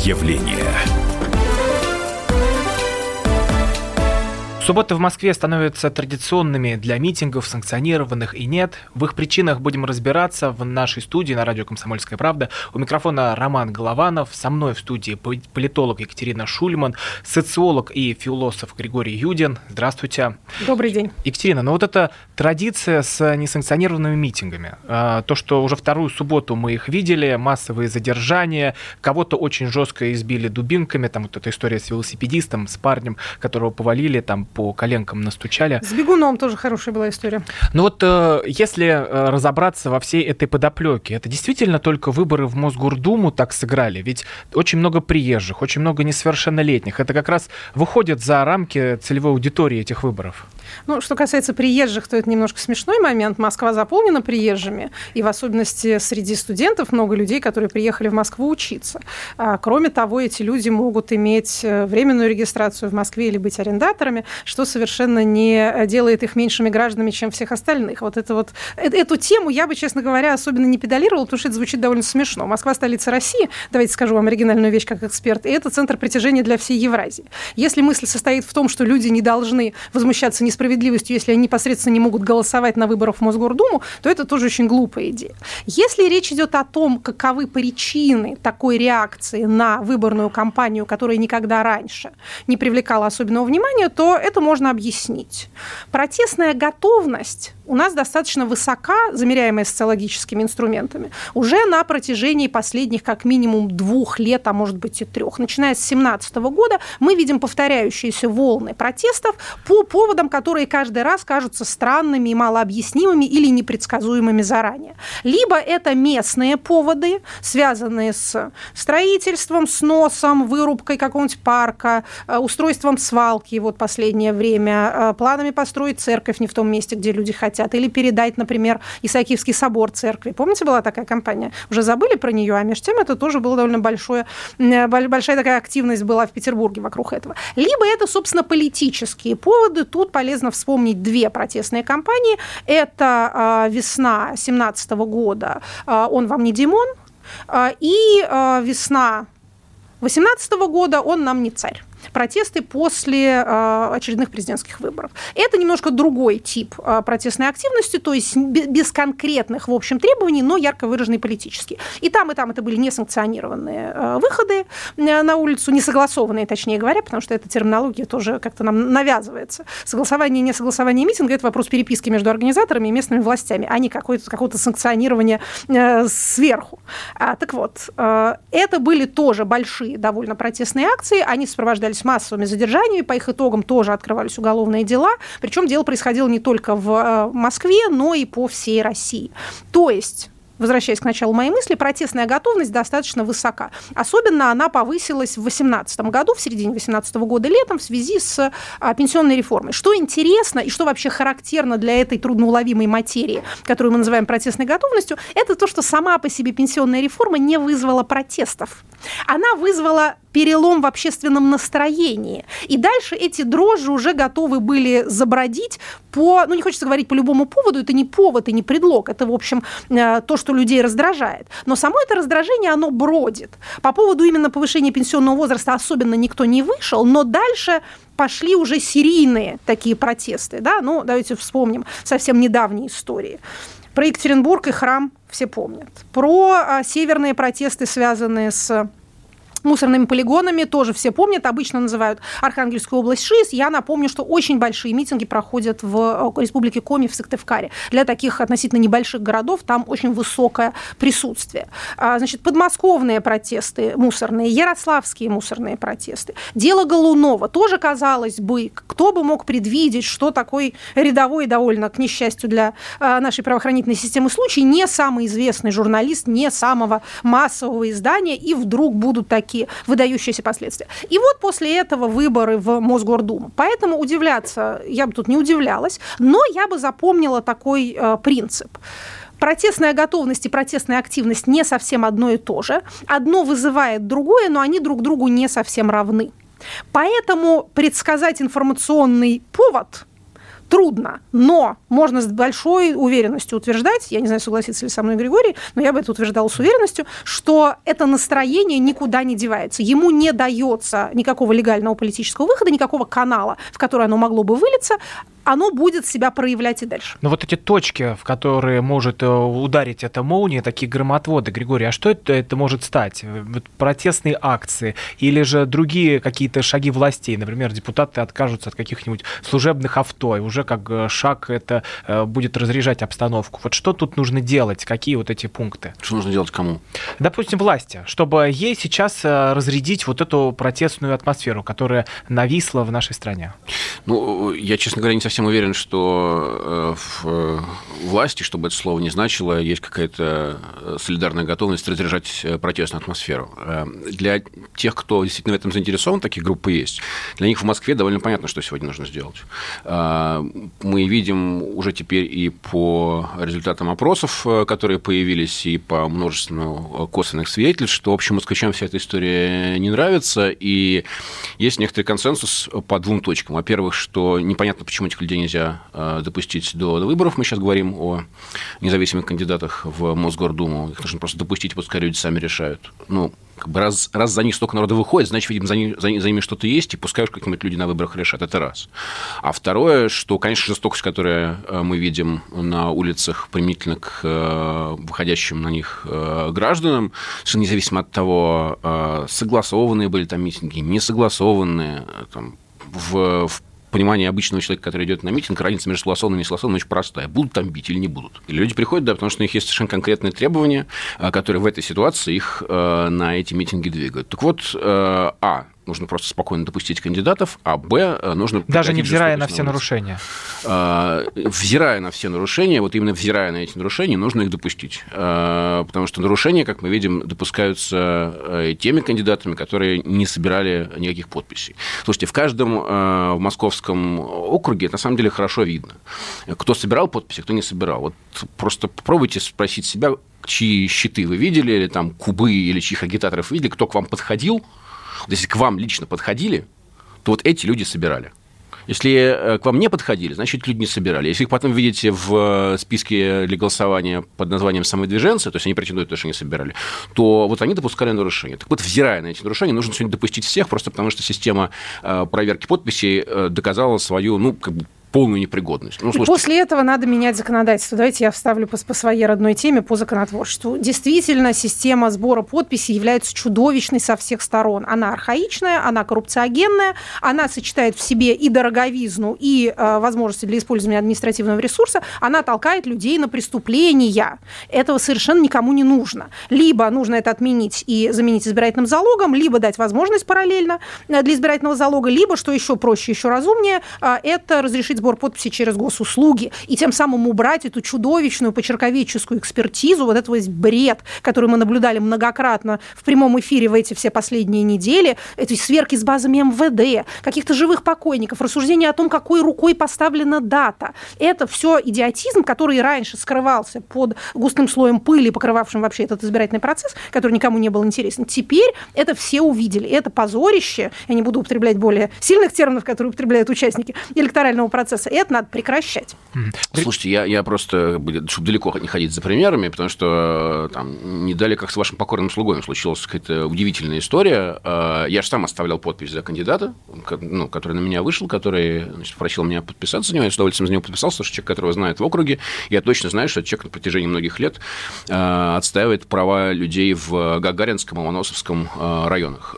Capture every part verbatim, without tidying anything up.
явление. Субботы в Москве становятся традиционными для митингов, санкционированных и нет. В их причинах будем разбираться в нашей студии на радио «Комсомольская правда». У микрофона Роман Голованов, со мной в студии политолог Екатерина Шульман, социолог и философ Григорий Юдин. Здравствуйте. Добрый день. Екатерина, ну вот эта традиция с несанкционированными митингами, то, что уже вторую субботу мы их видели, массовые задержания, кого-то очень жестко избили дубинками, там вот эта история с велосипедистом, с парнем, которого повалили, там по коленкам настучали. С бегуном тоже хорошая была история. Ну вот э, если э, разобраться во всей этой подоплеке, это действительно только выборы в Мосгордуму так сыграли? Ведь очень много приезжих, очень много несовершеннолетних. Это как раз выходит за рамки целевой аудитории этих выборов. Ну, что касается приезжих, то это немножко смешной момент. Москва заполнена приезжими, и в особенности среди студентов много людей, которые приехали в Москву учиться. А, кроме того, эти люди могут иметь временную регистрацию в Москве или быть арендаторами, что совершенно не делает их меньшими гражданами, чем всех остальных. Вот, это вот эту тему я бы, честно говоря, особенно не педалировала, потому что это звучит довольно смешно. Москва – столица России, давайте скажу вам оригинальную вещь как эксперт, и это центр притяжения для всей Евразии. Если мысль состоит в том, что люди не должны возмущаться несправедливостью, если они непосредственно не могут голосовать на выборах в Мосгордуму, то это тоже очень глупая идея. Если речь идет о том, каковы причины такой реакции на выборную кампанию, которая никогда раньше не привлекала особенного внимания, то это можно объяснить. Протестная готовность у нас достаточно высока, замеряемая социологическими инструментами, уже на протяжении последних как минимум двух лет, а может быть и трех. Начиная с две тысячи семнадцатого года мы видим повторяющиеся волны протестов по поводам, которые каждый раз кажутся странными и малообъяснимыми или непредсказуемыми заранее. Либо это местные поводы, связанные с строительством, сносом, вырубкой какого-нибудь парка, устройством свалки, вот последнее время, планами построить церковь не в том месте, где люди хотят, или передать, например, Исаакиевский собор церкви. Помните, была такая кампания? Уже забыли про нее, а между тем это тоже была довольно большое, большая такая активность была в Петербурге вокруг этого. Либо это, собственно, политические поводы. Тут полезно вспомнить две протестные кампании. Это э, весна две тысячи семнадцатого года э, «Он вам не Димон», э, и э, весна две тысячи восемнадцатого года «Он нам не царь». Протесты после э, очередных президентских выборов. Это немножко другой тип э, протестной активности, то есть без конкретных, в общем, требований, но ярко выраженные политические. И там, и там это были несанкционированные э, выходы э, на улицу, несогласованные, точнее говоря, потому что эта терминология тоже как-то нам навязывается. Согласование и несогласование митинга – это вопрос переписки между организаторами и местными властями, а не какое-то, какого-то санкционирования э, сверху. А, так вот, э, это были тоже большие довольно протестные акции, они сопровождались массовыми задержаниями, по их итогам тоже открывались уголовные дела, причем дело происходило не только в Москве, но и по всей России. То есть, возвращаясь к началу моей мысли, протестная готовность достаточно высока. Особенно она повысилась в две тысячи восемнадцатом году, в середине две тысячи восемнадцатого года летом, в связи с а, пенсионной реформой. Что интересно и что вообще характерно для этой трудноуловимой материи, которую мы называем протестной готовностью, это то, что сама по себе пенсионная реформа не вызвала протестов. Она вызвала перелом в общественном настроении. И дальше эти дрожжи уже готовы были забродить по, ну не хочется говорить по любому поводу, это не повод и не предлог, это, в общем, то, что людей раздражает. Но само это раздражение, оно бродит. По поводу именно повышения пенсионного возраста особенно никто не вышел, но дальше пошли уже серийные такие протесты. Да? Ну, давайте вспомним совсем недавние истории. Про Екатеринбург и храм все помнят. Про а, северные протесты, связанные с мусорными полигонами, тоже все помнят, обычно называют Архангельскую область ШИС. Я напомню, что очень большие митинги проходят в Республике Коми, в Сыктывкаре. Для таких относительно небольших городов там очень высокое присутствие. Значит, подмосковные протесты мусорные, ярославские мусорные протесты. Дело Голунова. Тоже, казалось бы, кто бы мог предвидеть, что такой рядовой, довольно, к несчастью для нашей правоохранительной системы случай, не самый известный журналист, не самого массового издания, и вдруг будут такие выдающиеся последствия. И вот после этого выборы в Мосгордуму. Поэтому удивляться я бы тут не удивлялась, но я бы запомнила такой э, принцип. Протестная готовность и протестная активность не совсем одно и то же. Одно вызывает другое, но они друг другу не совсем равны. Поэтому предсказать информационный повод трудно, но можно с большой уверенностью утверждать, я не знаю, согласится ли со мной Григорий, но я бы это утверждала с уверенностью, что это настроение никуда не девается. Ему не дается никакого легального политического выхода, никакого канала, в который оно могло бы вылиться, оно будет себя проявлять и дальше. Но вот эти точки, в которые может ударить эта молния, такие громотводы, Григорий, а что это, это может стать? Вот протестные акции или же другие какие-то шаги властей? Например, депутаты откажутся от каких-нибудь служебных авто, и уже как шаг это будет разряжать обстановку. Вот что тут нужно делать? Какие вот эти пункты? Что нужно делать кому? Допустим, власти, чтобы ей сейчас разрядить вот эту протестную атмосферу, которая нависла в нашей стране. Ну, я, честно говоря, не совсем совсем уверен, что в власти, чтобы это слово не значило, есть какая-то солидарная готовность разряжать протестную атмосферу. Для тех, кто действительно в этом заинтересован, такие группы есть. Для них в Москве довольно понятно, что сегодня нужно сделать. Мы видим уже теперь и по результатам опросов, которые появились, и по множеству косвенных свидетельств, что, в общем, москвичам вся эта история не нравится, и есть некоторый консенсус по двум точкам. Во-первых, что непонятно, почему этих людей нельзя допустить до, до выборов. Мы сейчас говорим о независимых кандидатах в Мосгордуму. Их нужно просто допустить, пускай люди сами решают. Ну, как бы раз, раз за них столько народа выходит, значит, видимо, за, них, за, за ними что-то есть, и пускай уж какие-нибудь люди на выборах решат. Это раз. А второе, что, конечно, жестокость, которую мы видим на улицах применительно к выходящим на них гражданам, что независимо от того, согласованные были там митинги, не согласованные, там, в, в понимание обычного человека, который идет на митинг, разница между согласованным и несогласованным очень простая. Будут там бить или не будут. И люди приходят, да, потому что у них есть совершенно конкретные требования, которые в этой ситуации их на эти митинги двигают. Так вот, а, нужно просто спокойно допустить кандидатов, а б, нужно... Даже невзирая на все на нарушения. Взирая на все нарушения, вот именно взирая на эти нарушения, нужно их допустить. Потому что нарушения, как мы видим, допускаются теми кандидатами, которые не собирали никаких подписей. Слушайте, в каждом в московском округе это на самом деле хорошо видно. Кто собирал подписи, кто не собирал. Вот просто попробуйте спросить себя, чьи щиты вы видели, или там кубы, или чьих агитаторов видели, кто к вам подходил. Если к вам лично подходили, то вот эти люди собирали. Если к вам не подходили, значит, люди не собирали. Если их потом видите в списке для голосования под названием «самовыдвиженцы», то есть они претендуют, что они собирали, то вот они допускали нарушения. Так вот, взирая на эти нарушения, нужно сегодня допустить всех, просто потому что система проверки подписей доказала свою, ну, как бы, полную непригодность. Ну, и после этого надо менять законодательство. Давайте я вставлю по, по своей родной теме, по законотворчеству. Действительно, система сбора подписей является чудовищной со всех сторон. Она архаичная, она коррупциогенная, она сочетает в себе и дороговизну, и э, возможности для использования административного ресурса, она толкает людей на преступления. Этого совершенно никому не нужно. Либо нужно это отменить и заменить избирательным залогом, либо дать возможность параллельно для избирательного залога, либо, что еще проще, еще разумнее, э, это разрешить сбор подписей через госуслуги, и тем самым убрать эту чудовищную почерковедческую экспертизу, вот этот весь бред, который мы наблюдали многократно в прямом эфире в эти все последние недели, эти сверки с базами эм вэ дэ, каких-то живых покойников, рассуждения о том, какой рукой поставлена дата. Это все идиотизм, который раньше скрывался под густым слоем пыли, покрывавшим вообще этот избирательный процесс, который никому не был интересен. Теперь это все увидели. Это позорище, я не буду употреблять более сильных терминов, которые употребляют участники электорального процесса, и это надо прекращать. Слушайте, я, я просто, чтобы далеко не ходить за примерами, потому что там не дали, как с вашим покорным слугой, случилась какая-то удивительная история. Я же сам оставлял подпись за кандидата, ну, который на меня вышел, который, значит, просил меня подписаться за него. Я с удовольствием за него подписался, потому что человек, которого знают в округе, я точно знаю, что этот человек на протяжении многих лет отстаивает права людей в Гагаринском и Ломоносовском районах.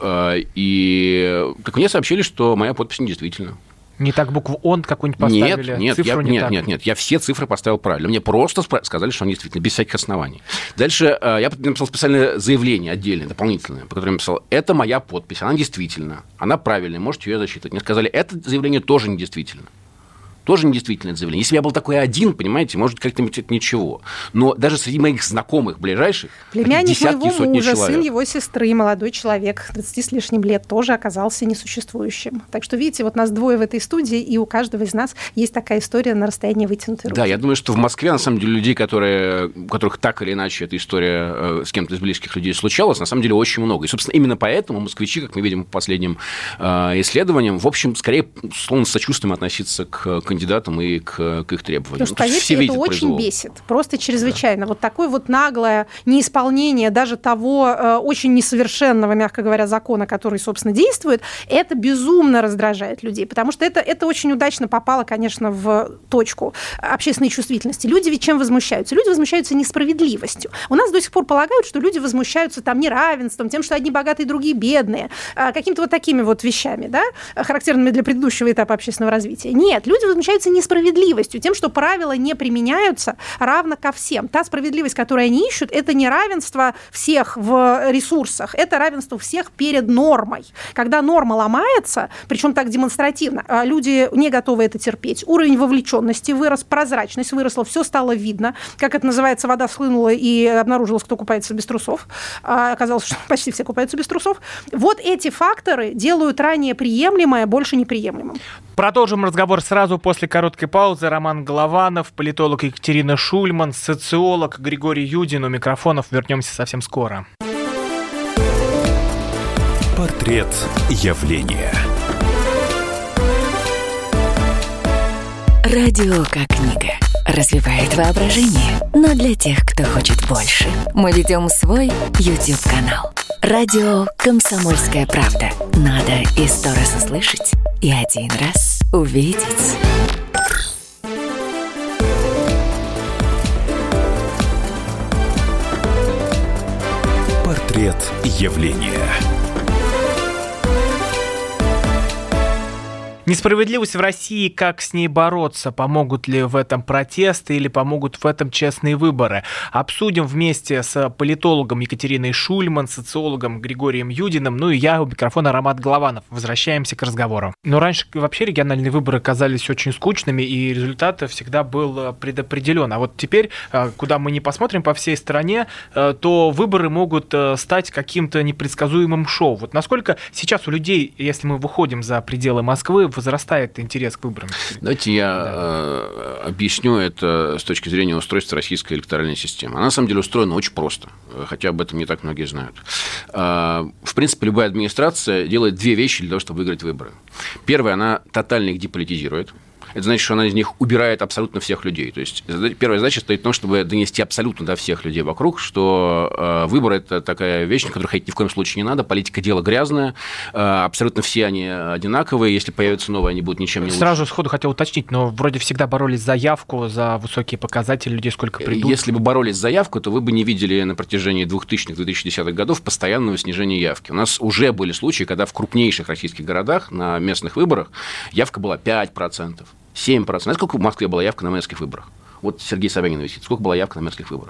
И как мне сообщили, что моя подпись недействительна. Не так букву «он» какую-нибудь поставили? Нет, нет, цифру я, не нет, так. нет, нет, я все цифры поставил правильно. Мне просто сказали, что они действительно без всяких оснований. Дальше я написал специальное заявление отдельное, дополнительное, по которому я написал: это моя подпись, она действительна, она правильная, можете ее засчитать. Мне сказали, это заявление тоже недействительно. Тоже недействительное это заявление. Если бы я был такой один, понимаете, может, как-то ничего. Но даже среди моих знакомых ближайших племянник десятки моего сотни мужа, человек. Сын его сестры, молодой человек, двадцати с лишним лет, тоже оказался несуществующим. Так что, видите, вот нас двое в этой студии, и у каждого из нас есть такая история на расстоянии вытянутой руки. Да, я думаю, что в Москве, на самом деле, людей, которые, у которых так или иначе эта история с кем-то из близких людей случалась, на самом деле очень много. И, собственно, именно поэтому москвичи, как мы видим по последним исследованиям, в общем, скорее, словно с сочувствием относиться к кандидатам кандидатам и к, к их требованиям. Потому что, поверьте, это очень произвол. бесит, просто чрезвычайно. Да. Вот такое вот наглое неисполнение даже того э, очень несовершенного, мягко говоря, закона, который, собственно, действует, это безумно раздражает людей, потому что это, это очень удачно попало, конечно, в точку общественной чувствительности. Люди ведь чем возмущаются? Люди возмущаются несправедливостью. У нас до сих пор полагают, что люди возмущаются там неравенством, тем, что одни богатые, другие бедные, э, какими-то вот такими вот вещами, да, характерными для предыдущего этапа общественного развития. Нет, люди возмущаются несправедливостью, тем, что правила не применяются равно ко всем. Та справедливость, которую они ищут, это не равенство всех в ресурсах, это равенство всех перед нормой. Когда норма ломается, причем так демонстративно, люди не готовы это терпеть. Уровень вовлеченности вырос, прозрачность выросла, все стало видно. Как это называется, вода схлынула и обнаружилось, кто купается без трусов. Оказалось, что почти все купаются без трусов. Вот эти факторы делают ранее приемлемое больше неприемлемым. Продолжим разговор сразу после короткой паузы. Роман Голованов, политолог Екатерина Шульман, социолог Григорий Юдин. У микрофонов вернемся совсем скоро. Портрет явления. Радио как книга. Развивает воображение, но для тех, кто хочет больше. Мы ведем свой YouTube-канал. Радио «Комсомольская правда». Надо и сто раз услышать, и один раз увидеть. Портрет явления. Несправедливость в России, как с ней бороться? Помогут ли в этом протесты или помогут в этом честные выборы? Обсудим вместе с политологом Екатериной Шульман, социологом Григорием Юдиным, ну и я, у микрофона Роман Голованов. Возвращаемся к разговору. Но раньше вообще региональные выборы казались очень скучными, и результат всегда был предопределен. А вот теперь, куда мы не посмотрим по всей стране, то выборы могут стать каким-то непредсказуемым шоу. Вот насколько сейчас у людей, если мы выходим за пределы Москвы, возрастает интерес к выборам? Давайте я да. объясню это с точки зрения устройства российской электоральной системы. Она, на самом деле, устроена очень просто, хотя об этом не так многие знают. В принципе, любая администрация делает две вещи для того, чтобы выиграть выборы. Первое, она тотально их деполитизирует. Это значит, что она из них убирает абсолютно всех людей. То есть первая задача стоит в том, чтобы донести абсолютно до всех людей вокруг, что э, выборы – это такая вещь, на которую ходить ни в коем случае не надо. Политика – дело грязное. Э, абсолютно все они одинаковые. Если появятся новые, они будут ничем не лучше. Сразу сходу хотел уточнить, но вроде всегда боролись за явку, за высокие показатели людей, сколько придут. Если бы боролись за явку, то вы бы не видели на протяжении двухтысячных - две тысячи десятых годов постоянного снижения явки. У нас уже были случаи, когда в крупнейших российских городах на местных выборах явка была пять процентов. семь процентов. Знаете, сколько в Москве была явка на мэрских выборах? Вот Сергей Собянин висит. Сколько была явка на мэрских выборах?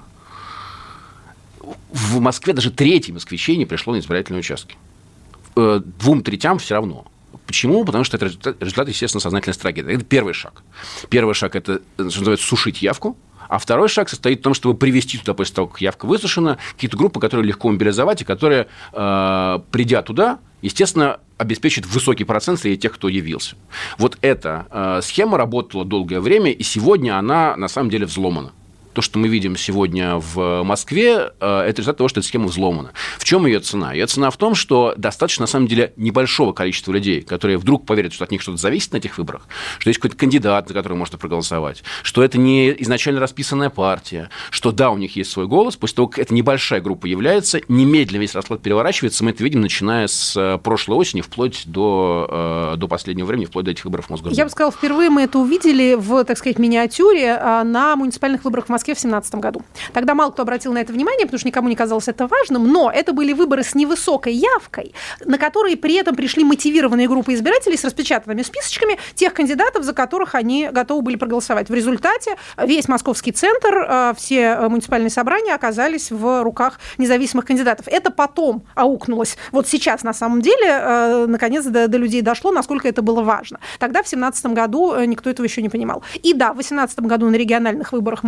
В Москве даже треть москвичей не пришло на избирательные участки. Двум третям все равно. Почему? Потому что это результат, результат естественно, сознательной стратегии. Это первый шаг. Первый шаг – это, что называется, сушить явку. А второй шаг состоит в том, чтобы привести туда, после того, как явка высушена, какие-то группы, которые легко мобилизовать, и которые, э, придя туда, естественно, обеспечат высокий процент среди тех, кто явился. Вот эта э, схема работала долгое время, и сегодня она, на самом деле, взломана. То, что мы видим сегодня в Москве, это результат того, что эта схема взломана. В чем ее цена? Ее цена в том, что достаточно, на самом деле, небольшого количества людей, которые вдруг поверят, что от них что-то зависит на этих выборах, что есть какой-то кандидат, на который можно проголосовать, что это не изначально расписанная партия, что да, у них есть свой голос. После того, как эта небольшая группа является, немедленно весь расклад переворачивается. Мы это видим, начиная с прошлой осени, вплоть до, до последнего времени, вплоть до этих выборов в Мосгордуму. Я бы сказала, впервые мы это увидели в, так сказать, миниатюре на муниципальных выборах в Москве в две тысячи семнадцатом году. Тогда мало кто обратил на это внимание, потому что никому не казалось это важным, но это были выборы с невысокой явкой, на которые при этом пришли мотивированные группы избирателей с распечатанными списочками тех кандидатов, за которых они готовы были проголосовать. В результате весь московский центр, все муниципальные собрания оказались в руках независимых кандидатов. Это потом аукнулось. Вот сейчас, на самом деле, наконец до, до людей дошло, насколько это было важно. Тогда, в две тысячи семнадцатом году, никто этого еще не понимал. И да, в две тысячи восемнадцатом году на региональных выборах мы увидели,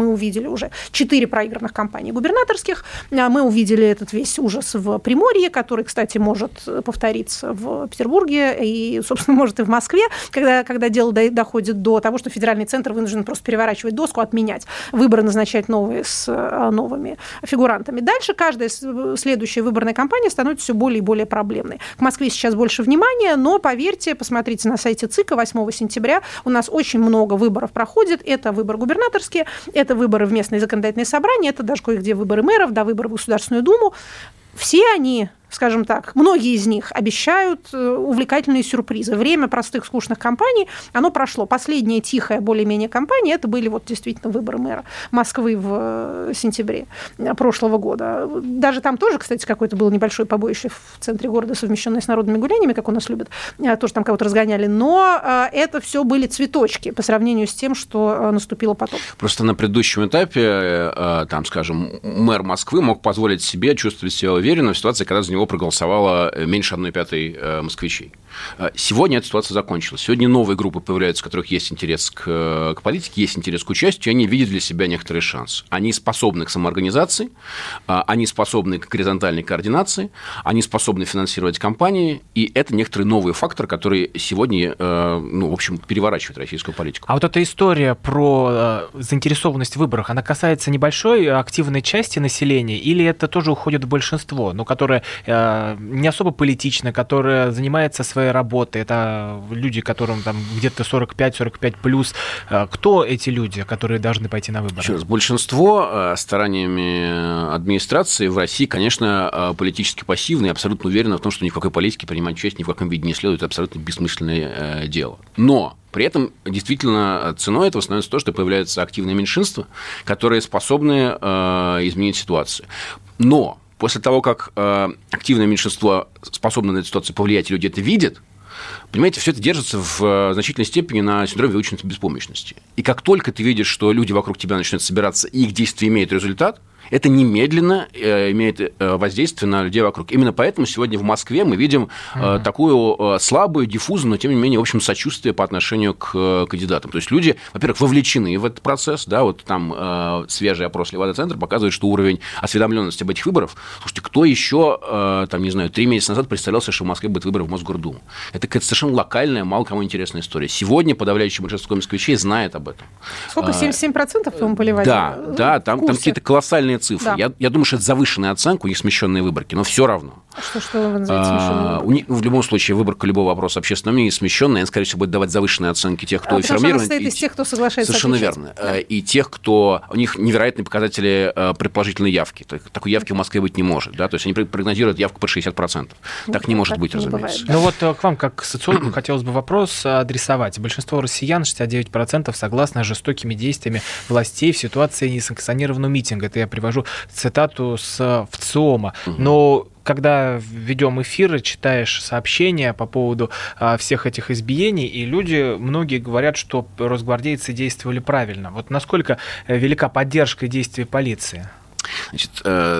увидели уже четыре проигранных кампании губернаторских. Мы увидели этот весь ужас в Приморье, который, кстати, может повториться в Петербурге и, собственно, может и в Москве, когда, когда дело доходит до того, что федеральный центр вынужден просто переворачивать доску, отменять выборы, назначать новые с новыми фигурантами. Дальше каждая следующая выборная кампания становится все более и более проблемной. К Москве сейчас больше внимания, но, поверьте, посмотрите на сайте ЦИКа восьмого сентября, у нас очень много выборов проходит. Это выборы губернаторские, это выборы в местные законодательные собрания, это даже кое-где выборы мэров, да, выборы в Государственную Думу. Все они, скажем так, многие из них обещают увлекательные сюрпризы. Время простых, скучных кампаний, оно прошло. Последняя тихая, более-менее кампания, это были вот действительно выборы мэра Москвы в сентябре прошлого года. Даже там тоже, кстати, какое-то было небольшое побоище в центре города, совмещенное с народными гуляниями, как у нас любят, тоже там кого-то разгоняли. Но это все были цветочки по сравнению с тем, что наступило потом. Просто на предыдущем этапе, там, скажем, мэр Москвы мог позволить себе чувствовать себя уверенно в ситуации, когда за него проголосовало меньше одной пятой москвичей. Сегодня эта ситуация закончилась. Сегодня новые группы появляются, у которых есть интерес к, к политике, есть интерес к участию, и они видят для себя некоторый шанс. Они способны к самоорганизации, они способны к горизонтальной координации, они способны финансировать кампании, и это некоторый новый фактор, который сегодня, ну, в общем, переворачивает российскую политику. А вот эта история про заинтересованность в выборах, она касается небольшой активной части населения, или это тоже уходит в большинство, но которое не особо политично, которое занимается своей работой, это люди, которым там где-то сорок пять сорок пять плюс. Кто эти люди, которые должны пойти на выборы? Еще раз, большинство стараниями администрации в России, конечно, политически пассивны и абсолютно уверены в том, что ни в какой политике принимать участие ни в каком виде не следует, это абсолютно бессмысленное дело. Но при этом действительно ценой этого становится то, что появляются активные меньшинства, которые способны изменить ситуацию. Но после того, как э, активное меньшинство способно на эту ситуацию повлиять, и люди это видят, понимаете, все это держится в э, значительной степени на синдроме выученной беспомощности. И как только ты видишь, что люди вокруг тебя начинают собираться, и их действия имеют результат, это немедленно э, имеет э, воздействие на людей вокруг. Именно поэтому сегодня в Москве мы видим э, uh-huh. такую э, слабую, диффузную, но тем не менее, в общем, сочувствие по отношенению к э, кандидатам. То есть люди, во-первых, вовлечены в этот процесс, да, вот там э, свежий опрос Левада-центра показывает, что уровень осведомленности об этих выборах, слушайте, кто еще, э, там, не знаю, три месяца назад представлялся, что в Москве будут выборы в Мосгордуму? Это какая-то совершенно локальная, мало кому интересная история. Сегодня подавляющее большинство москвичей знает об этом. Сколько? семьдесят семь процентов, по-моему, поливали? Да, да, там, там какие-то колоссальные цифры. Да. Я, я думаю, что это завышенная оценка, у них смещенные выборки, но все равно. Что, что вы называете смещенные выборки? У них, в любом случае, выборка любого вопроса общественного мнения смещенная, она, скорее всего, будет давать завышенные оценки тех, кто а информирован. Потому что она состоит из тех, кто соглашается Совершенно отвечать. верно. Да. И тех, кто... У них невероятные показатели предположительной явки. Такой явки в Москве быть не может. Да? То есть они прогнозируют явку под шестьдесят процентов. Ну, так не может так быть, не разумеется. Бывает, да. Ну вот к вам, как к социологу, хотелось бы вопрос адресовать. Большинство россиян, шестьдесят девять процентов, согласны с жестокими действиями властей в ситуации несанкционированного митинга. Это я привожу цитату с ВЦИОМа. Но когда ведем эфиры, читаешь сообщения по поводу а, всех этих избиений, и люди, многие говорят, что росгвардейцы действовали правильно. Вот насколько велика поддержка действий полиции? Значит,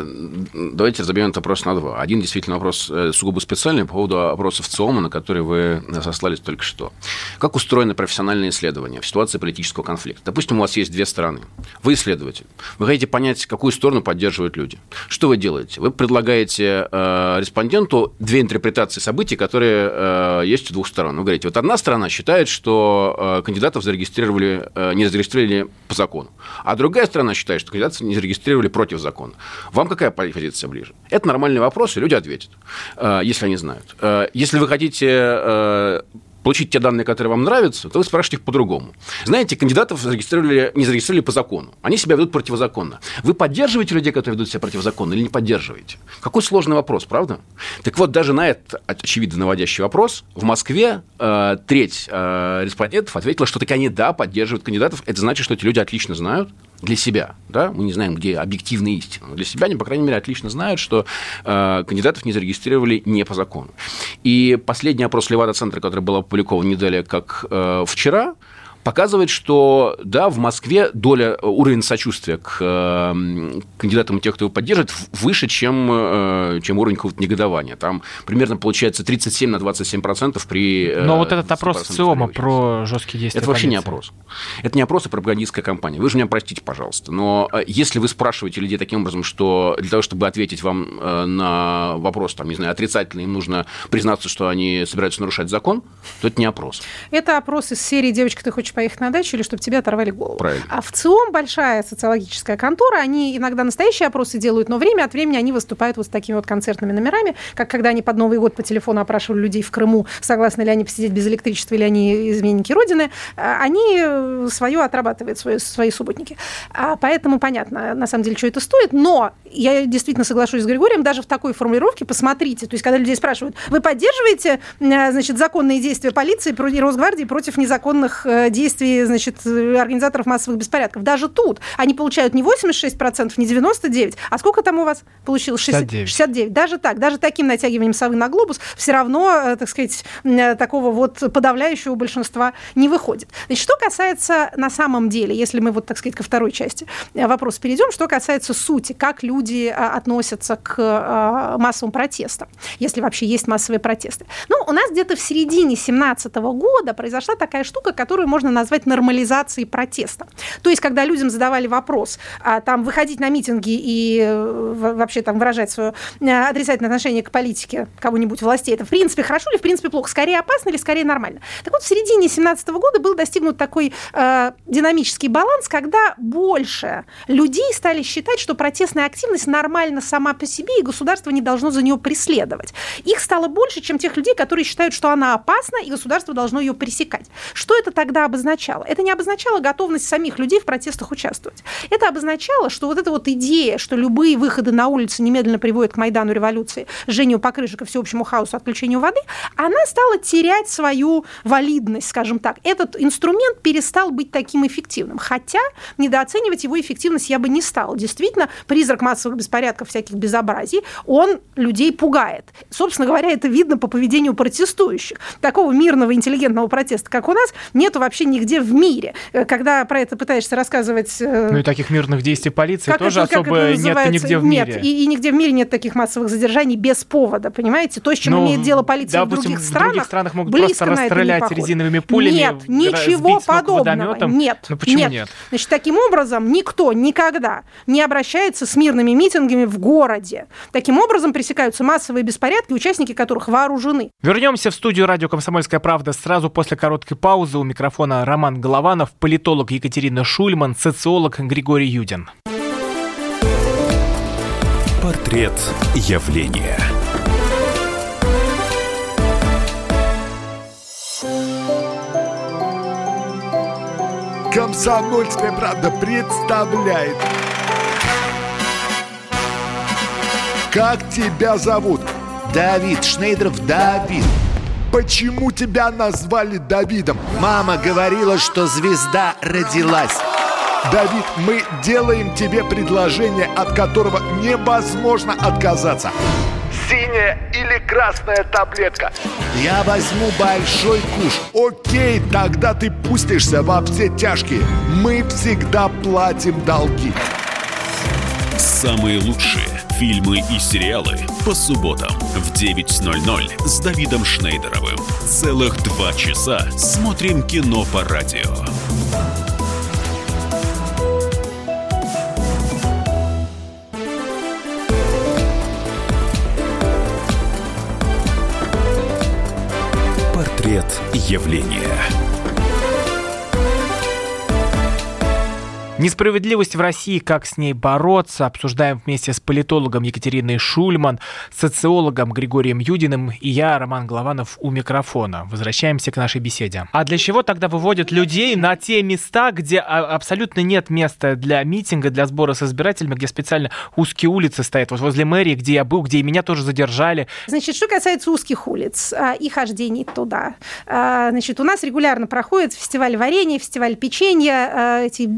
давайте разобьем этот вопрос на два. Один действительно вопрос сугубо специальный по поводу опросов ВЦИОМа, на который вы сослались только что. Как устроено профессиональное исследование в ситуации политического конфликта? Допустим, у вас есть две стороны. Вы исследователь. Вы хотите понять, какую сторону поддерживают люди. Что вы делаете? Вы предлагаете э, респонденту две интерпретации событий, которые э, есть у двух сторон. Вы говорите, вот одна сторона считает, что э, кандидатов зарегистрировали, э, не зарегистрировали по закону, а другая сторона считает, что кандидатов не зарегистрировали против закона. Вам какая позиция ближе? Это нормальный вопрос, и люди ответят, если они знают. Если вы хотите получить те данные, которые вам нравятся, то вы спрашиваете их по-другому. Знаете, кандидатов зарегистрировали, не зарегистрировали по закону. Они себя ведут противозаконно. Вы поддерживаете людей, которые ведут себя противозаконно, или не поддерживаете? Какой сложный вопрос, правда? Так вот, даже на этот, очевидно, наводящий вопрос в Москве э, треть э, респондентов ответила, что таки они, да, поддерживают кандидатов. Это значит, что эти люди отлично знают для себя. Да? Мы не знаем, где объективная истина. Но для себя они, по крайней мере, отлично знают, что э, кандидатов не зарегистрировали не по закону. И последний опрос Левада-центра, который был опубликован не далее, как э, вчера, показывает, что, да, в Москве доля, уровень сочувствия к кандидатам и тех, кто его поддерживает, выше, чем, чем уровень какого-то негодования. Там примерно получается тридцать семь на двадцать семь процентов при... Но вот этот опрос ЦИОМа про жесткие действия Это вообще полиции. не опрос. Это не опрос, а пропагандистская кампания. Вы же меня простите, пожалуйста, но если вы спрашиваете людей таким образом, что для того, чтобы ответить вам на вопрос, там, не знаю, отрицательный, им нужно признаться, что они собираются нарушать закон, то это не опрос. Это опрос из серии «Девочка, ты хочешь поехать на дачу» или «Чтобы тебя оторвали голову». Правильно. А в ЦИОМ большая социологическая контора, они иногда настоящие опросы делают, но время от времени они выступают вот с такими вот концертными номерами, как когда они под Новый год по телефону опрашивали людей в Крыму, согласны ли они посидеть без электричества или они изменники Родины, они свое отрабатывают, свои, свои субботники. А поэтому понятно, на самом деле, что это стоит, но я действительно соглашусь с Григорием, даже в такой формулировке, посмотрите, то есть когда людей спрашивают, вы поддерживаете, значит, законные действия полиции и Росгвардии против незаконных действий, значит, организаторов массовых беспорядков? Даже тут они получают не восемьдесят шесть процентов, не девяносто девять процентов, а сколько там у вас получилось? шестьдесят девять процентов. шестьдесят девять процентов. Даже так, даже таким натягиванием совы на глобус все равно, так сказать, такого вот подавляющего большинства не выходит. Значит, что касается на самом деле, если мы вот, так сказать, ко второй части вопроса перейдем, что касается сути, как люди относятся к массовым протестам, если вообще есть массовые протесты. Ну, у нас где-то в середине две тысячи семнадцатого года произошла такая штука, которую можно назвать нормализацией протеста. То есть, когда людям задавали вопрос, а, там, выходить на митинги и вообще там выражать свое отрицательное отношение к политике кого-нибудь властей, это в принципе хорошо или в принципе плохо, скорее опасно или скорее нормально. Так вот, в середине две тысячи семнадцатого года был достигнут такой э, динамический баланс, когда больше людей стали считать, что протестная активность нормальна сама по себе, и государство не должно за нее преследовать. Их стало больше, чем тех людей, которые считают, что она опасна, и государство должно ее пресекать. Что это тогда обозначало? Это не обозначало готовность самих людей в протестах участвовать. Это обозначало, что вот эта вот идея, что любые выходы на улицу немедленно приводят к Майдану революции, жжению покрышек и всеобщему хаосу, отключению воды, она стала терять свою валидность, скажем так. Этот инструмент перестал быть таким эффективным. Хотя недооценивать его эффективность я бы не стала. Действительно, призрак массовых беспорядков, всяких безобразий, он людей пугает. Собственно говоря, это видно по поведению протестующих. Такого мирного, интеллигентного протеста, как у нас, нету вообще нигде в мире. Когда про это пытаешься рассказывать... Ну и таких мирных действий полиции как тоже это, особо нет нигде в нет, мире. И, и нигде в мире нет таких массовых задержаний без повода, понимаете? То, с чем ну, имеет дело полиция допустим, в других в странах, других странах могут близко просто расстрелять резиновыми пулями, нет, ничего подобного. Нет, ну почему нет? нет? Значит, таким образом никто никогда не обращается с мирными митингами в городе. Таким образом пресекаются массовые беспорядки, участники которых вооружены. Вернемся в студию радио «Комсомольская правда» сразу после короткой паузы. У микрофона Роман Голованов, политолог Екатерина Шульман, социолог Григорий Юдин. Портрет явления. «Комсомольская правда» представляет. Как тебя зовут? Давид Шнейдров Давид. Почему тебя назвали Давидом? Мама говорила, что звезда родилась. Давид, мы делаем тебе предложение, от которого невозможно отказаться. Синяя или красная таблетка? Я возьму большой куш. Окей, тогда ты пустишься во все тяжкие. Мы всегда платим долги. Самые лучшие фильмы и сериалы по субботам в девять ноль ноль с Давидом Шнейдеровым. Целых два часа смотрим кино по радио. Портрет явления. Несправедливость в России, как с ней бороться, обсуждаем вместе с политологом Екатериной Шульман, социологом Григорием Юдиным и я, Роман Голованов, у микрофона. Возвращаемся к нашей беседе. А для чего тогда выводят людей на те места, где абсолютно нет места для митинга, для сбора с избирателями, где специально узкие улицы стоят? Вот возле мэрии, где я был, где и меня тоже задержали. Значит, что касается узких улиц и хождений туда. Значит, у нас регулярно проходит фестиваль варенья, фестиваль печенья, эти бега,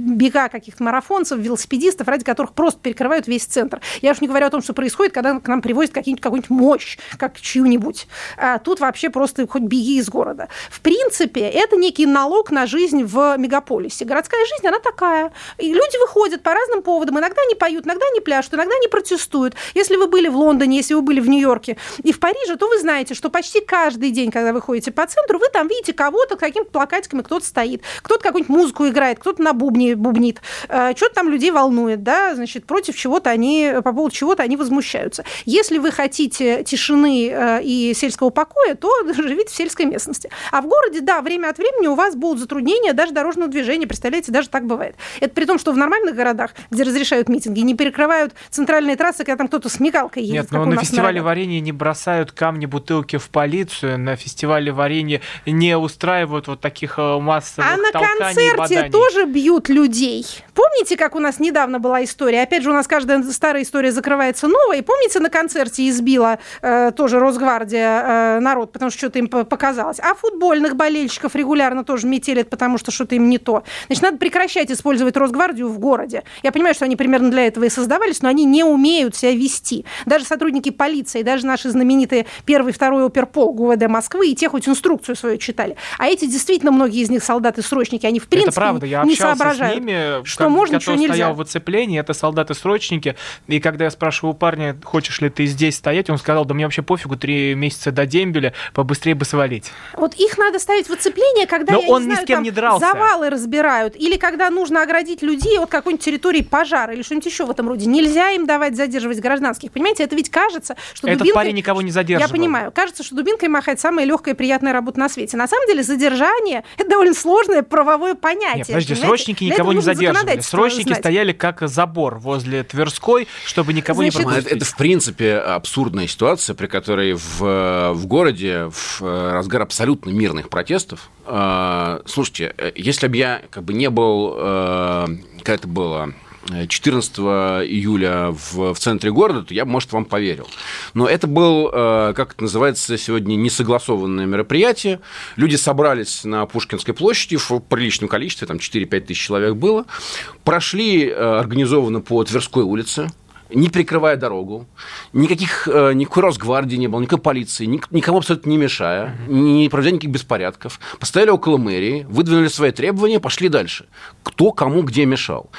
туда каких-то марафонцев, велосипедистов, ради которых просто перекрывают весь центр. Я уж не говорю о том, что происходит, когда к нам привозят какие-нибудь, какую-нибудь мощь, как чью-нибудь. А тут вообще просто хоть беги из города. В принципе, это некий налог на жизнь в мегаполисе. Городская жизнь, она такая. И люди выходят по разным поводам. Иногда они поют, иногда они пляшут, иногда они протестуют. Если вы были в Лондоне, если вы были в Нью-Йорке и в Париже, то вы знаете, что почти каждый день, когда вы ходите по центру, вы там видите кого-то, какими-то плакатиками кто-то стоит, кто-то какую-нибудь музыку играет, кто-то на бубне бубнит, что-то там людей волнует, да, значит, против чего-то они, по поводу чего-то они возмущаются. Если вы хотите тишины и сельского покоя, то живите в сельской местности. А в городе, да, время от времени у вас будут затруднения даже дорожного движения, представляете, даже так бывает. Это при том, что в нормальных городах, где разрешают митинги, не перекрывают центральные трассы, когда там кто-то с мигалкой едет. Нет, но на фестивале варенья не бросают камни, бутылки в полицию, на фестивале варенья не устраивают вот таких массовых а толканий и баданий. А на концерте тоже бьют людей. Помните, как у нас недавно была история? Опять же, у нас каждая старая история закрывается новой. И помните, на концерте избила э, тоже Росгвардия э, народ, потому что что-то им показалось. А футбольных болельщиков регулярно тоже метелят, потому что что-то им не то. Значит, надо прекращать использовать Росгвардию в городе. Я понимаю, что они примерно для этого и создавались, но они не умеют себя вести. Даже сотрудники полиции, даже наши знаменитые первый, второй оперпол ГУВД Москвы, и те хоть инструкцию свою читали. А эти действительно, многие из них солдаты-срочники, они в принципе это правда. Я не общался соображают, с ними, что как, можно, кто что нельзя. стоял в оцеплении, это солдаты-срочники. И когда я спрашиваю у парня, хочешь ли ты здесь стоять, он сказал, да мне вообще пофигу, три месяца до дембеля, побыстрее бы свалить. Вот их надо ставить в оцепление, когда, Но я он не ни знаю, с кем там не дрался. завалы разбирают, или когда нужно оградить людей от какой-нибудь территории пожара, или что-нибудь еще в этом роде. Нельзя им давать задерживать гражданских. Понимаете, это ведь кажется, что Этот дубинкой... парень никого не задерживал. Я понимаю. Кажется, что дубинкой махать самая легкая и приятная работа на свете. На самом деле задержание – это довольно сложное правовое понятие. Нет, подожди, понимаете? срочники Для никого не нужно задерживали. Срочники знать. стояли как забор возле Тверской, чтобы никого Значит, не пропустить. Это, это, в принципе, абсурдная ситуация, при которой в, в городе, в разгар абсолютно мирных протестов, э, слушайте, если бы я как бы не был, э, как это было... четырнадцатого июля в, в центре города, то я, может, вам поверил. Но это был, э, как это называется сегодня, несогласованное мероприятие. Люди собрались на Пушкинской площади в приличном количестве, там четыре-пять тысяч человек было, прошли э, организованно по Тверской улице, не прикрывая дорогу, никаких, никакой Росгвардии не было, никакой полиции, никому абсолютно не мешая, не проводя никаких беспорядков. Постояли около мэрии, выдвинули свои требования, пошли дальше. Кто кому где мешал.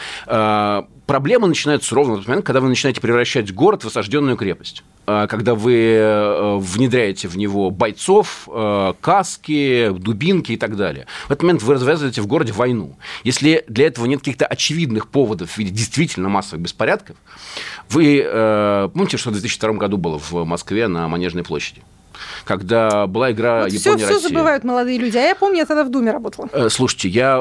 Проблема начинается ровно в тот момент, когда вы начинаете превращать город в осажденную крепость. Когда вы внедряете в него бойцов, каски, дубинки и так далее. В этот момент вы развязываете в городе войну. Если для этого нет каких-то очевидных поводов в виде действительно массовых беспорядков, вы помните, что в две тысячи втором году было в Москве на Манежной площади? Когда была игра вот Япония-Россия. Все, все забывают молодые люди. А я помню, я тогда в Думе работала. Слушайте, я,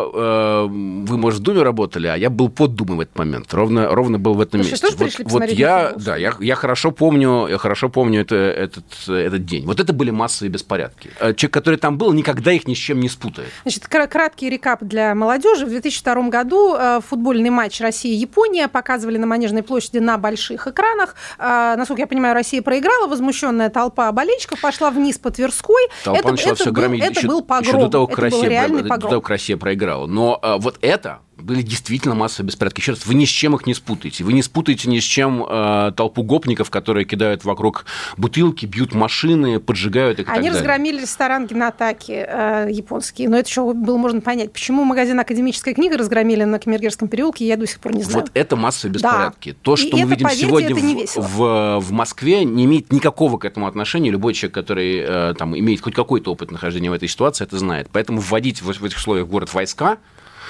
вы, может, в Думе работали, а я был под Думой в этот момент. Ровно, ровно был в этом Слушай, месте. тоже вот, пришли вот посмотреть я, на футбол? да, я, я хорошо помню, я хорошо помню это, этот, этот день. Вот это были массовые беспорядки. Человек, который там был, никогда их ни с чем не спутает. Значит, краткий рекап для молодежи. В две тысячи втором году футбольный матч Россия-Япония показывали на Манежной площади на больших экранах. Насколько я понимаю, Россия проиграла, возмущенная толпа болельщиков пошла вниз по Тверской. Толпа это, начала это все был, громить это еще, был погром. еще до того, как это Россия, был реальный до погром. того, как Россия проиграла. Но а, вот это были действительно массовые беспорядки. Еще раз, вы ни с чем их не спутаете. Вы не спутаете ни с чем э, толпу гопников, которые кидают вокруг бутылки, бьют машины, поджигают их и Они так далее. разгромили ресторан Гинатаки э, японский. Но это еще было можно понять. Почему магазин «Академическая книга» разгромили на Камергерском переулке, я до сих пор не знаю. Вот это массовые беспорядки. Да. То, что И мы это, видим поверьте, сегодня это в, в, в Москве, не имеет никакого к этому отношения. Любой человек, который э, там, имеет хоть какой-то опыт нахождения в этой ситуации, это знает. Поэтому вводить в, в этих условиях в город войска,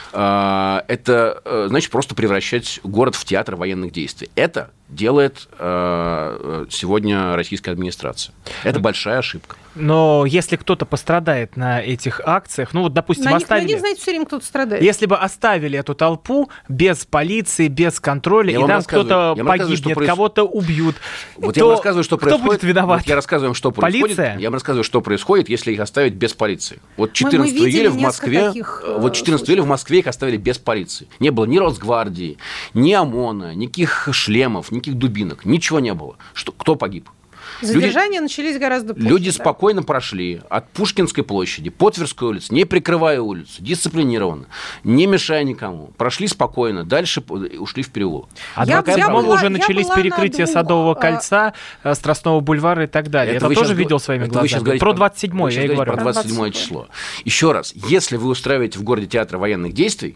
это значит просто превращать город в театр военных действий. Это делает сегодня российская администрация. Это большая ошибка. Но если кто-то пострадает на этих акциях, ну вот, допустим, на оставили... них, на них, знаете, все время кто-то страдает. Если бы оставили эту толпу без полиции, без контроля, я и там кто-то погибнет, проис... кого-то убьют, вот то я вам рассказываю, что кто происходит. будет виноват? Вот я рассказываю, что происходит. Полиция? Я вам рассказываю, что происходит, если их оставить без полиции. Вот четырнадцатого мы, мы июля в Москве, таких, вот четырнадцатого июля в Москве их оставили без полиции. Не было ни Росгвардии, ни ОМОНа, никаких шлемов, никаких дубинок, ничего не было. Что, кто погиб? Задержания люди, начались гораздо позже. Люди да. спокойно прошли от Пушкинской площади по Тверской улице, не прикрывая улицу, дисциплинированно, не мешая никому. Прошли спокойно, дальше ушли в переулок. А двадцать уже начались перекрытия Садового кольца, Страстного бульвара и так далее. Это, это тоже видел говор... своими это глазами. Про двадцать седьмое я и говорю. Про двадцать седьмое число. Еще раз, если вы устраиваете в городе театр военных действий,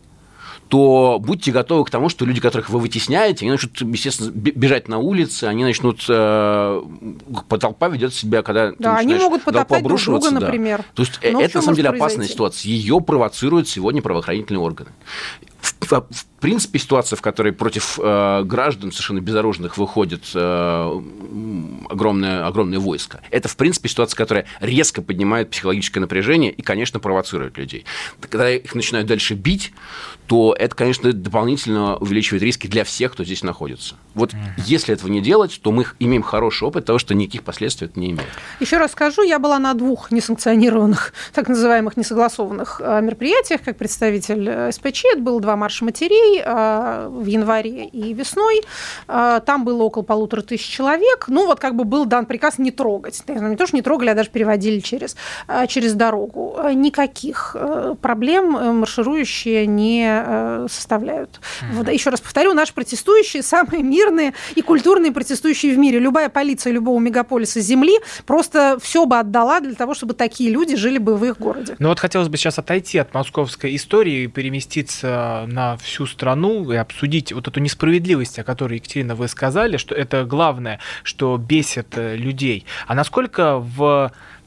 то будьте готовы к тому, что люди, которых вы вытесняете, они начнут, естественно, бежать на улицы, они начнут... Э, толпа ведет себя, когда да, они могут потопать друг друга, да. например. То есть ну, это, на самом деле, опасная произойти? ситуация. Ее провоцируют сегодня правоохранительные органы. В, в, в принципе, ситуация, в которой против э, граждан совершенно безоружных выходит э, огромное, огромное войско, это, в принципе, ситуация, которая резко поднимает психологическое напряжение и, конечно, провоцирует людей. Когда их начинают дальше бить, то это, конечно, дополнительно увеличивает риски для всех, кто здесь находится. Вот mm-hmm. если этого не делать, то мы имеем хороший опыт того, что никаких последствий это не имеет. Еще раз скажу, я была на двух несанкционированных, так называемых несогласованных мероприятиях, как представитель эс пэ че. Это было два марша матерей в январе и весной. Там было около полутора тысяч человек. Ну, вот как бы был дан приказ не трогать. Не то, что не трогали, а даже переводили через, через дорогу. Никаких проблем марширующие не составляют. Mm-hmm. Вот, еще раз повторю, наши протестующие самые мирные и культурные протестующие в мире. Любая полиция любого мегаполиса Земли просто все бы отдала для того, чтобы такие люди жили бы в их городе. Ну вот хотелось бы сейчас отойти от московской истории и переместиться на всю страну и обсудить вот эту несправедливость, о которой, Екатерина, вы сказали, что это главное, что бесит людей. А насколько в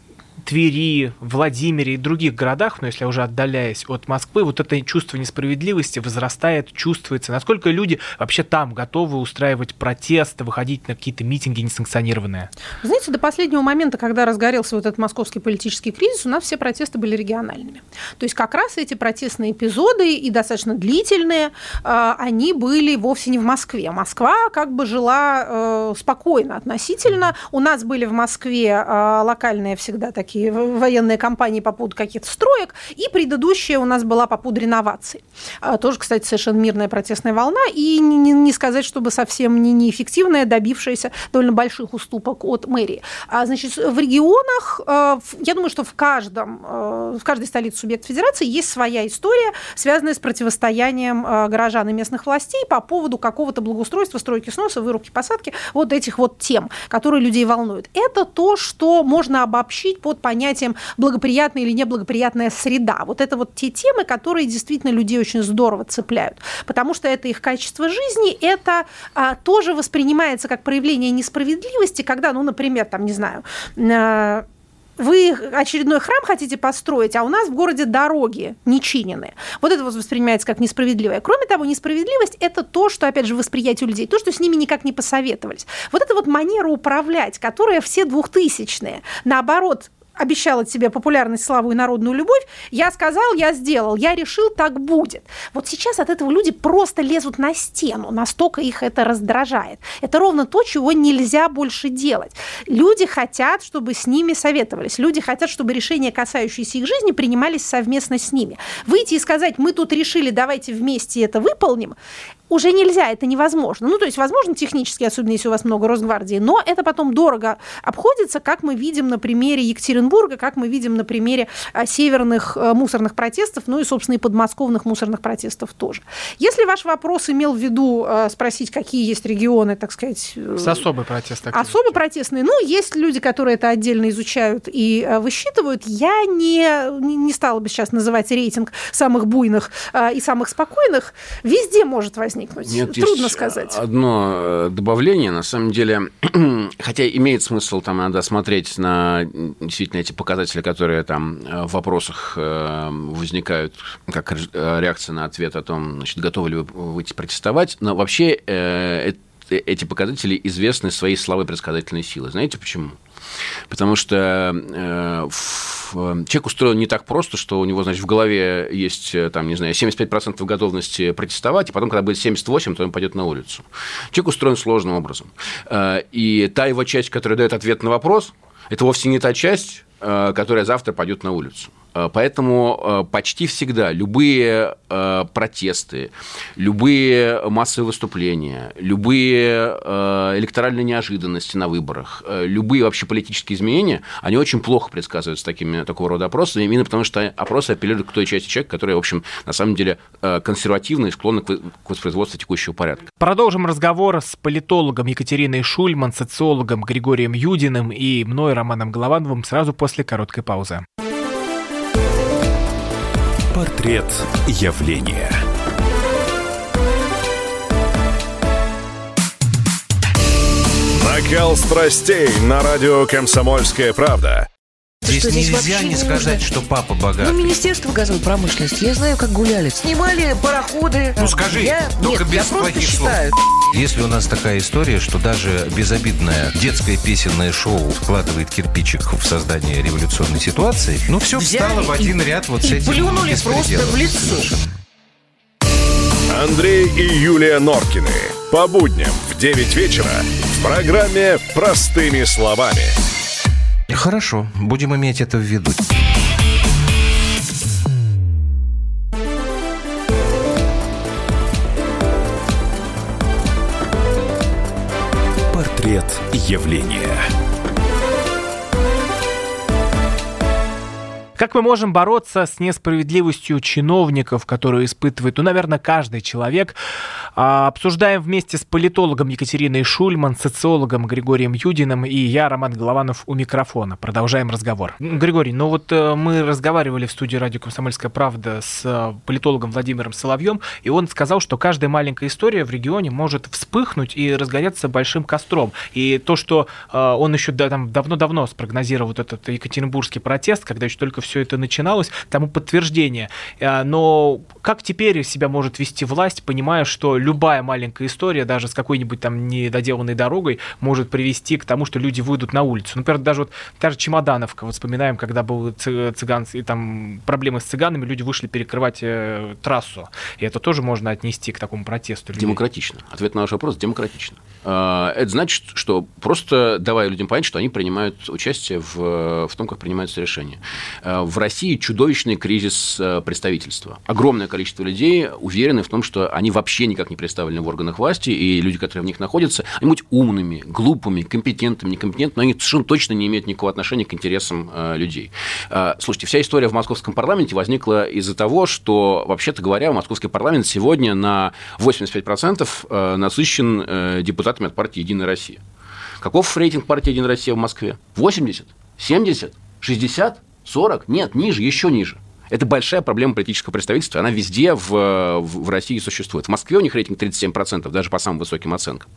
Твери, Владимире и других городах, но если я уже отдаляюсь от Москвы, вот это чувство несправедливости возрастает, чувствуется. Насколько люди вообще там готовы устраивать протесты, выходить на какие-то митинги несанкционированные? Вы знаете, до последнего момента, когда разгорелся вот этот московский политический кризис, у нас все протесты были региональными. То есть как раз эти протестные эпизоды, и достаточно длительные, они были вовсе не в Москве. Москва как бы жила спокойно относительно. У нас были в Москве локальные всегда такие военные кампании по поводу каких-то строек, и предыдущая у нас была по поводу реноваций. Тоже, кстати, совершенно мирная протестная волна, и не, не сказать, чтобы совсем не неэффективная, добившаяся довольно больших уступок от мэрии. Значит, в регионах, я думаю, что в, каждом, в каждой столице субъекта федерации есть своя история, связанная с противостоянием горожан и местных властей по поводу какого-то благоустройства, стройки, сноса, вырубки, посадки, вот этих вот тем, которые людей волнуют. Это то, что можно обобщить под понятием благоприятная или неблагоприятная среда. Вот это вот те темы, которые действительно людей очень здорово цепляют. Потому что это их качество жизни, это а, тоже воспринимается как проявление несправедливости, когда, ну, например, там, не знаю, а, вы очередной храм хотите построить, а у нас в городе дороги не чинены. Вот это вот воспринимается как несправедливое. Кроме того, несправедливость – это то, что, опять же, восприятие людей, то, что с ними никак не посоветовались. Вот эта вот манера управлять, которая все двухтысячные, наоборот, обещала тебе популярность, славу и народную любовь, я сказал, я сделал, я решил, так будет. Вот сейчас от этого люди просто лезут на стену, настолько их это раздражает. Это ровно то, чего нельзя больше делать. Люди хотят, чтобы с ними советовались, люди хотят, чтобы решения, касающиеся их жизни, принимались совместно с ними. Выйти и сказать, мы тут решили, давайте вместе это выполним, уже нельзя, это невозможно. Ну, то есть, возможно, технически, особенно если у вас много Росгвардии, но это потом дорого обходится, как мы видим на примере Екатеринбурга, как мы видим на примере северных мусорных протестов, ну и, собственно, и подмосковных мусорных протестов тоже. Если ваш вопрос имел в виду спросить, какие есть регионы, так сказать... С особой протестной активностью. Особо протестные. Ну, есть люди, которые это отдельно изучают и высчитывают. Я не, не стала бы сейчас называть рейтинг самых буйных и самых спокойных. Везде может возникнуть. Нет, трудно сказать. Одно добавление, на самом деле, хотя имеет смысл там иногда смотреть на действительно эти показатели, которые там в вопросах возникают, как реакция на ответ о том, значит, готовы ли вы выйти протестовать, но вообще эти показатели известны своей слабой предсказательной силой. Знаете почему? Потому что э, в, человек устроен не так просто, что у него, значит, в голове есть, там, не знаю, семьдесят пять процентов готовности протестовать, и потом, когда будет семьдесят восемь процентов, то он пойдет на улицу. Человек устроен сложным образом. Э, и та его часть, которая дает ответ на вопрос, это вовсе не та часть, э, которая завтра пойдет на улицу. Поэтому почти всегда любые протесты, любые массовые выступления, любые электоральные неожиданности на выборах, любые вообще политические изменения, они очень плохо предсказываются такими, такого рода опросами, именно потому что опросы апеллируют к той части человека, которая, в общем, на самом деле консервативна и склонна к воспроизводству текущего порядка. Продолжим разговор с политологом Екатериной Шульман, социологом Григорием Юдиным и мной, Романом Головановым, сразу после короткой паузы. Портрет явления. Накал страстей на радио «Комсомольская правда». Здесь, здесь нельзя не сказать, что папа богатый. Ну, Министерство газовой промышленности, я знаю, как гуляли. Снимали пароходы. Ну, скажи, я... только Нет, без плохих слов. Если у нас такая история, что даже безобидное детское песенное шоу вкладывает кирпичик в создание революционной ситуации, ну, все встало в один ряд вот с этим плюнули просто в лицо. Совершенно. Андрей и Юлия Норкины. По будням в девять вечера в программе «Простыми словами». Хорошо, будем иметь это в виду. Портрет явления. Как мы можем бороться с несправедливостью чиновников, которые испытывает, ну, наверное, каждый человек? Обсуждаем вместе с политологом Екатериной Шульман, социологом Григорием Юдиным и я, Роман Голованов, у микрофона. Продолжаем разговор. Григорий, ну вот мы разговаривали в студии радио «Комсомольская правда» с политологом Владимиром Соловьем, и он сказал, что каждая маленькая история в регионе может вспыхнуть и разгореться большим костром. И то, что он еще там давно-давно спрогнозировал вот этот екатеринбургский протест, когда еще только все это начиналось, тому подтверждение. Но как теперь себя может вести власть, понимая, что любая маленькая история, даже с какой-нибудь там недоделанной дорогой, может привести к тому, что люди выйдут на улицу? Например, даже вот та же Чемодановка, вот вспоминаем, когда был цыган, и там проблемы с цыганами, люди вышли перекрывать э, трассу. И это тоже можно отнести к такому протесту людей. Демократично. Ответ на ваш вопрос – демократично. Это значит, что просто давая людям понять, что они принимают участие в, в том, как принимаются решения. В России чудовищный кризис представительства. Огромное количество людей уверены в том, что они вообще никак не представлены в органах власти, и люди, которые в них находятся, они будут умными, глупыми, компетентными, некомпетентными, но они совершенно точно не имеют никакого отношения к интересам сллюдей. Слушайте, вся история в московском парламенте возникла из-за того, что, вообще-то говоря, московский парламент сегодня на восемьдесят пять процентов насыщен депутатами от партии «Единая Россия». Каков рейтинг партии «Единая Россия» в Москве? восемьдесят? семьдесят? шестьдесят? сорок? Нет, ниже, еще ниже. Это большая проблема политического представительства, она везде в, в России существует. В Москве у них рейтинг тридцать семь процентов, даже по самым высоким оценкам.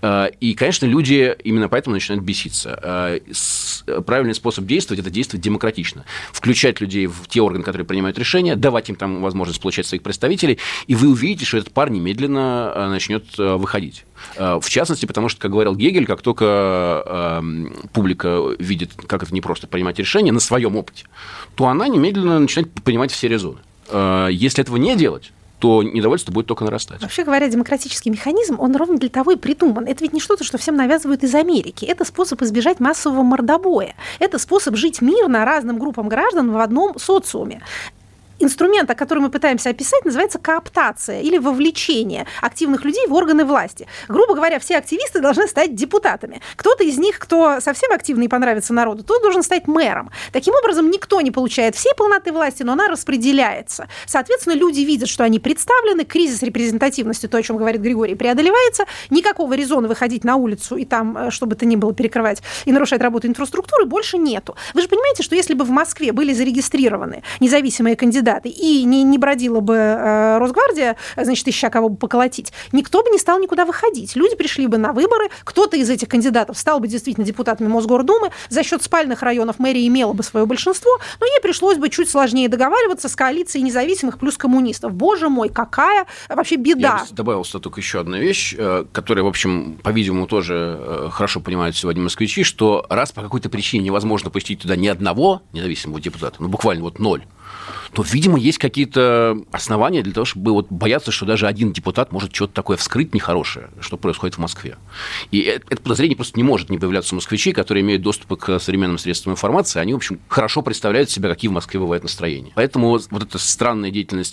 И, конечно, люди именно поэтому начинают беситься. Правильный способ действовать – это действовать демократично. Включать людей в те органы, которые принимают решения, давать им там возможность получать своих представителей, и вы увидите, что этот пар немедленно начнет выходить. В частности, потому что, как говорил Гегель, как только публика видит, как это непросто принимать решения на своем опыте, то она немедленно начинает понимать все резоны. Если этого не делать, то недовольство будет только нарастать. Вообще говоря, демократический механизм, он ровно для того и придуман. Это ведь не что-то, что всем навязывают из Америки. Это способ избежать массового мордобоя. Это способ жить мирно разным группам граждан в одном социуме. Инструмент, который мы пытаемся описать, называется кооптация или вовлечение активных людей в органы власти. Грубо говоря, все активисты должны стать депутатами. Кто-то из них, кто совсем активный и понравится народу, тот должен стать мэром. Таким образом, никто не получает всей полноты власти, но она распределяется. Соответственно, люди видят, что они представлены, кризис репрезентативности, то, о чем говорит Григорий, преодолевается, никакого резона выходить на улицу и там, что бы то ни было, перекрывать и нарушать работу инфраструктуры больше нету. Вы же понимаете, что если бы в Москве были зарегистрированы независимые кандидаты, и не, не бродила бы э, Росгвардия, значит, ища кого бы поколотить, никто бы не стал никуда выходить. Люди пришли бы на выборы, кто-то из этих кандидатов стал бы действительно депутатами Мосгордумы, за счет спальных районов мэрия имела бы свое большинство, но ей пришлось бы чуть сложнее договариваться с коалицией независимых плюс коммунистов. Боже мой, какая вообще беда. Я добавил сюда только еще одну вещь, которая, в общем, по-видимому, тоже хорошо понимают сегодня москвичи, что раз по какой-то причине невозможно пустить туда ни одного независимого депутата, ну, буквально вот ноль, то, видимо, есть какие-то основания для того, чтобы вот бояться, что даже один депутат может что-то такое вскрыть нехорошее, что происходит в Москве. И это подозрение просто не может не появляться у москвичей, которые имеют доступ к современным средствам информации. Они, в общем, хорошо представляют себе, какие в Москве бывают настроения. Поэтому вот эта странная деятельность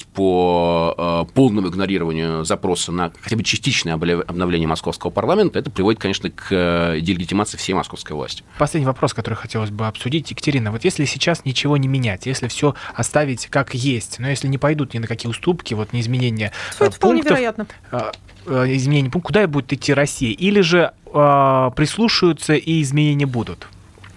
по э, полному игнорированию запроса на хотя бы частичное обновление московского парламента, это приводит, конечно, к э, делегитимации всей московской власти. Последний вопрос, который хотелось бы обсудить. Екатерина, вот если сейчас ничего не менять, если все оставить как есть, но если не пойдут ни на какие уступки, вот не изменения это пунктов, вполне вероятно. изменения пунктов, куда будет идти Россия? Или же э, прислушаются и изменения будут?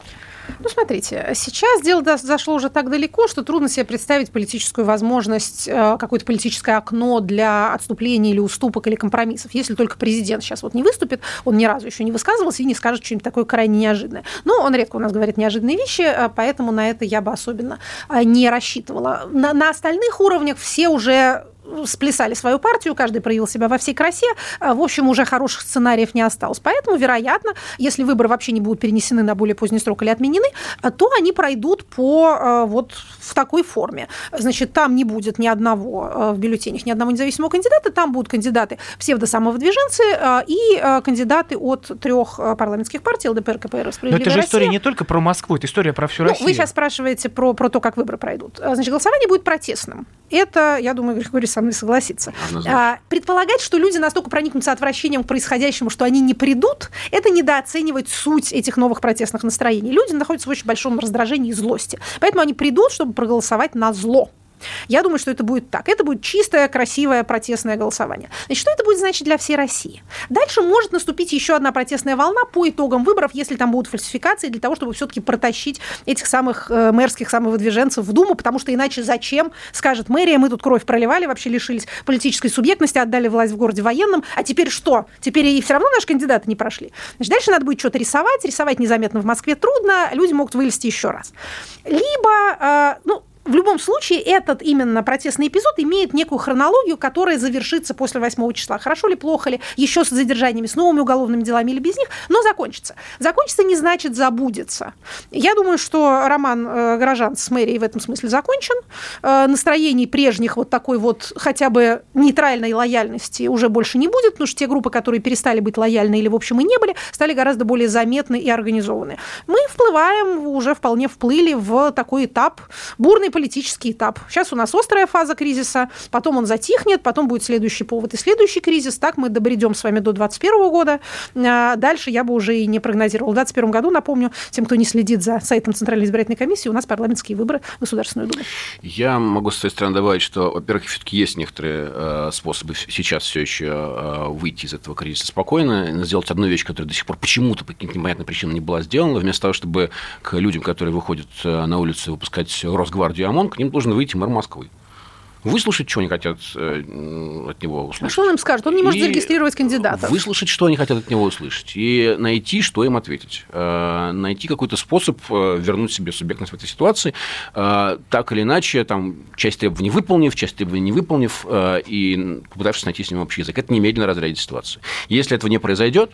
Ну, смотрите, сейчас дело зашло уже так далеко, что трудно себе представить политическую возможность, какое-то политическое окно для отступления или уступок, или компромиссов. Если только президент сейчас вот не выступит, он ни разу еще не высказывался и не скажет что-нибудь такое крайне неожиданное. Но он редко у нас говорит неожиданные вещи, поэтому на это я бы особенно не рассчитывала. На, на остальных уровнях все уже сплясали свою партию, каждый проявил себя во всей красе. В общем, уже хороших сценариев не осталось. Поэтому, вероятно, если выборы вообще не будут перенесены на более поздний срок или отменены, то они пройдут по вот в такой форме. Значит, там не будет ни одного в бюллетенях, ни одного независимого кандидата, там будут кандидаты псевдосамовыдвиженцы и кандидаты от трех парламентских партий эл дэ пэ эр, ка пэ эр и «Справедливая Россия». Но это же история не только про Москву, это история про всю ну, Россию. Вы сейчас спрашиваете про, про то, как выборы пройдут. Значит, голосование будет протестным. Это, я думаю, Григорий со мной согласится. А, предполагать, что люди настолько проникнутся отвращением к происходящему, что они не придут, это недооценивать суть этих новых протестных настроений. Люди находятся в очень большом раздражении и злости. Поэтому они придут, чтобы проголосовать на зло. Я думаю, что это будет так. Это будет чистое, красивое протестное голосование. Значит, что это будет значить для всей России? Дальше может наступить еще одна протестная волна по итогам выборов, если там будут фальсификации, для того, чтобы все-таки протащить этих самых э, мэрских самовыдвиженцев в Думу, потому что иначе зачем, скажет мэрия, мы тут кровь проливали, вообще лишились политической субъектности, отдали власть в городе военном, а теперь что? Теперь и все равно наши кандидаты не прошли. Значит, дальше надо будет что-то рисовать, рисовать незаметно в Москве трудно, люди могут вылезти еще раз. Либо, э, ну, в любом случае, этот именно протестный эпизод имеет некую хронологию, которая завершится после восьмого числа. Хорошо ли, плохо ли, еще с задержаниями, с новыми уголовными делами или без них, но закончится. Закончится не значит забудется. Я думаю, что роман э, горожан с мэрией в этом смысле закончен. Э, настроений прежних вот такой вот хотя бы нейтральной лояльности уже больше не будет, потому что те группы, которые перестали быть лояльны или в общем и не были, стали гораздо более заметны и организованы. Мы вплываем, уже вполне вплыли в такой этап, бурный политический этап. Сейчас у нас острая фаза кризиса, потом он затихнет, потом будет следующий повод и следующий кризис. Так мы добредем с вами до двадцать первого года. Дальше я бы уже и не прогнозировала. В двадцать первом году, напомню, тем, кто не следит за сайтом Центральной избирательной комиссии, у нас парламентские выборы в Государственную Думу. Я могу с своей стороны добавить, что, во-первых, все-таки есть некоторые э, способы сейчас все еще э, выйти из этого кризиса спокойно, сделать одну вещь, которая до сих пор почему-то по каким-то непонятным причинам не была сделана, вместо того, чтобы к людям, которые выходят на улицу выпускать Росгвардию, ОМОН, к ним должен выйти мэр Москвы. Выслушать, что они хотят э, от него услышать. А что он им скажет? Он не может и зарегистрировать кандидатов. Выслушать, что они хотят от него услышать. И найти, что им ответить. Э, найти какой-то способ э, вернуть себе субъектность в этой ситуации. Э, так или иначе, там, часть требований выполнив, часть требований не выполнив, э, и попытавшись найти с ним общий язык. Это немедленно разрядит ситуацию. Если этого не произойдет,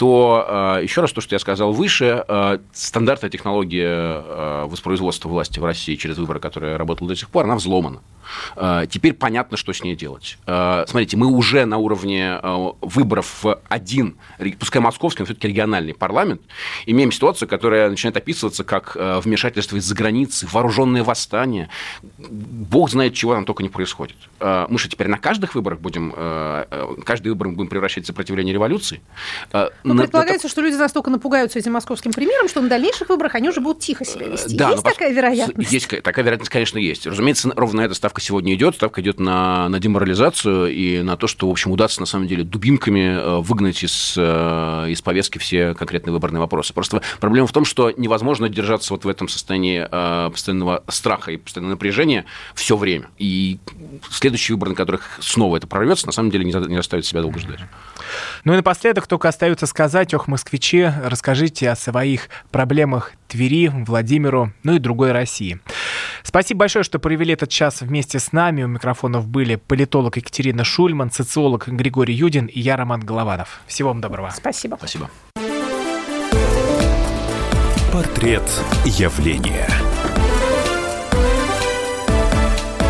то, э, еще раз, то, что я сказал выше, э, стандартная технология э, воспроизводства власти в России через выборы, которая работала до сих пор, она взломана. Теперь понятно, что с ней делать. Смотрите, мы уже на уровне выборов в один, пускай московский, но все-таки региональный парламент, имеем ситуацию, которая начинает описываться как вмешательство из-за границы, вооруженное восстание. Бог знает, чего там только не происходит. Мы что, теперь на каждых выборах будем, каждый выбор мы будем превращать в сопротивление революции? Ну, предполагается, что люди настолько напугаются этим московским примером, что на дальнейших выборах они уже будут тихо себя вести. Да, есть такая вероятность? Есть такая вероятность, конечно, есть. Разумеется, ровно эта ставка сегодня идет. Ставка идет на, на деморализацию и на то, что, в общем, удастся, на самом деле, дубинками выгнать из, из повестки все конкретные выборные вопросы. Просто проблема в том, что невозможно держаться вот в этом состоянии постоянного страха и постоянного напряжения все время. И следующие выборы, на которых снова это прорвется, на самом деле не, не заставит себя долго ждать. Ну и напоследок только остается сказать, ох, москвичи, расскажите о своих проблемах Твери, Владимиру, ну и другой России. Спасибо большое, что провели этот час вместе с нами. У микрофонов были политолог Екатерина Шульман, социолог Григорий Юдин и я, Роман Голованов. Всего вам доброго. Спасибо. Спасибо. Портрет явления.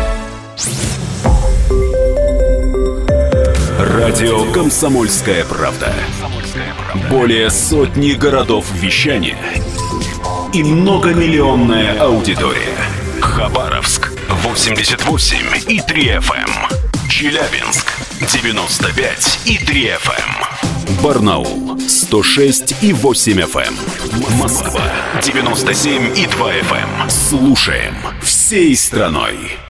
Радио «Комсомольская правда». Более сотни городов вещания и многомиллионная аудитория. Хабаровск восемьдесят восемь и три эф эм. Челябинск девяносто пять и три эф эм. Барнаул сто шесть и восемь эф эм. Москва девяносто семь и два эф эм. Слушаем всей страной.